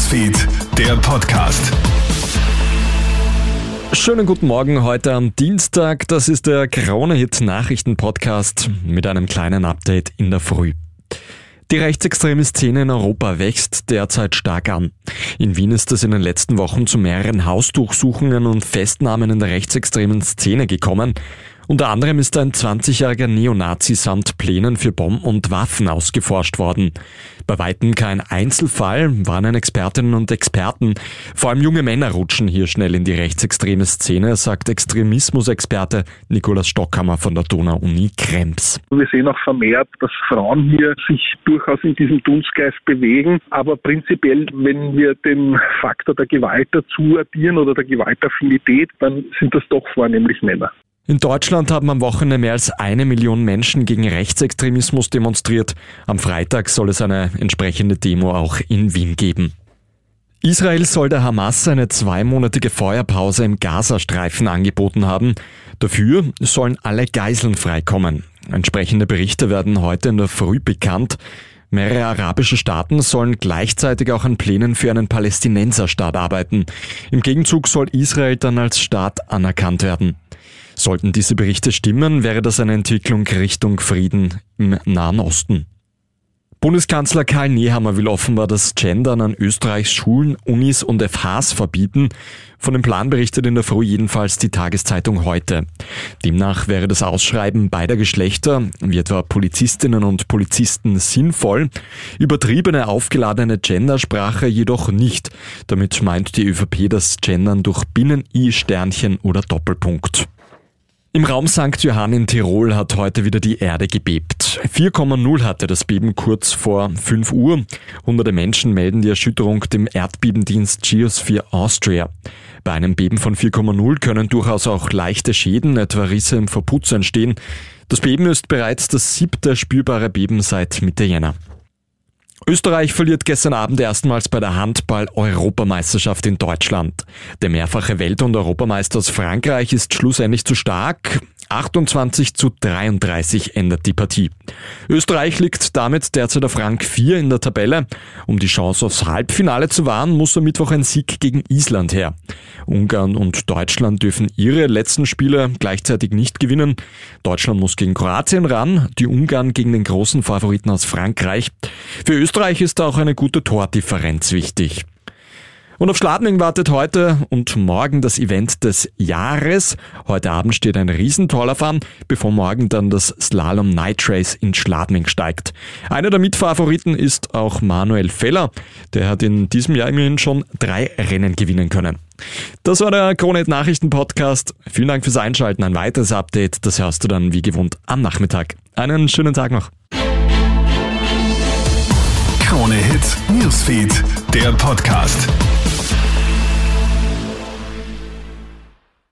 Newsfeed, der Podcast. Schönen guten Morgen heute am Dienstag. Das ist der Krone-Hit-Nachrichten-Podcast mit einem kleinen Update in der Früh. Die rechtsextreme Szene in Europa wächst derzeit stark an. In Wien ist es in den letzten Wochen zu mehreren Hausdurchsuchungen und Festnahmen in der rechtsextremen Szene gekommen. Unter anderem ist ein 20-jähriger Neonazi samt Plänen für Bomben und Waffen ausgeforscht worden. Bei weitem kein Einzelfall, warnen Expertinnen und Experten. Vor allem junge Männer rutschen hier schnell in die rechtsextreme Szene, sagt Extremismusexperte Nikolaus Stockhammer von der Donau-Uni Krems. Wir sehen auch vermehrt, dass Frauen hier sich durchaus in diesem Dunstkreis bewegen. Aber prinzipiell, wenn wir den Faktor der Gewalt dazu addieren oder der Gewaltaffinität, dann sind das doch vornehmlich Männer. In Deutschland haben am Wochenende mehr als 1 Million Menschen gegen Rechtsextremismus demonstriert. Am Freitag soll es eine entsprechende Demo auch in Wien geben. Israel soll der Hamas eine 2-monatige Feuerpause im Gazastreifen angeboten haben. Dafür sollen alle Geiseln freikommen. Entsprechende Berichte werden heute in der Früh bekannt. Mehrere arabische Staaten sollen gleichzeitig auch an Plänen für einen Palästinenserstaat arbeiten. Im Gegenzug soll Israel dann als Staat anerkannt werden. Sollten diese Berichte stimmen, wäre das eine Entwicklung Richtung Frieden im Nahen Osten. Bundeskanzler Karl Nehammer will offenbar das Gendern an Österreichs Schulen, Unis und FHs verbieten. Von dem Plan berichtet in der Früh jedenfalls die Tageszeitung Heute. Demnach wäre das Ausschreiben beider Geschlechter, wie etwa Polizistinnen und Polizisten, sinnvoll, übertriebene, aufgeladene Gendersprache jedoch nicht. Damit meint die ÖVP das Gendern durch Binnen-I, Sternchen oder Doppelpunkt. Im Raum St. Johann in Tirol hat heute wieder die Erde gebebt. 4,0 hatte das Beben kurz vor 5 Uhr. Hunderte Menschen melden die Erschütterung dem Erdbebendienst Geosphere Austria. Bei einem Beben von 4,0 können durchaus auch leichte Schäden, etwa Risse im Verputz, entstehen. Das Beben ist bereits das 7. spürbare Beben seit Mitte Jänner. Österreich verliert gestern Abend erstmals bei der Handball-Europameisterschaft in Deutschland. Der mehrfache Welt- und Europameister aus Frankreich ist schlussendlich zu stark. 28:33 endet die Partie. Österreich liegt damit derzeit auf Rang 4 in der Tabelle. Um die Chance aufs Halbfinale zu wahren, muss am Mittwoch ein Sieg gegen Island her. Ungarn und Deutschland dürfen ihre letzten Spiele gleichzeitig nicht gewinnen. Deutschland muss gegen Kroatien ran, die Ungarn gegen den großen Favoriten aus Frankreich. Für Österreich ist auch eine gute Tordifferenz wichtig. Und auf Schladming wartet heute und morgen das Event des Jahres. Heute Abend steht ein Riesentorlauf an, bevor morgen dann das Slalom Night Race in Schladming steigt. Einer der Mitfavoriten ist auch Manuel Feller. Der hat in diesem Jahr immerhin schon 3 Rennen gewinnen können. Das war der Krone-Hit Nachrichten-Podcast. Vielen Dank fürs Einschalten. Ein weiteres Update, das hörst du dann wie gewohnt am Nachmittag. Einen schönen Tag noch. Krone-Hit Newsfeed, der Podcast.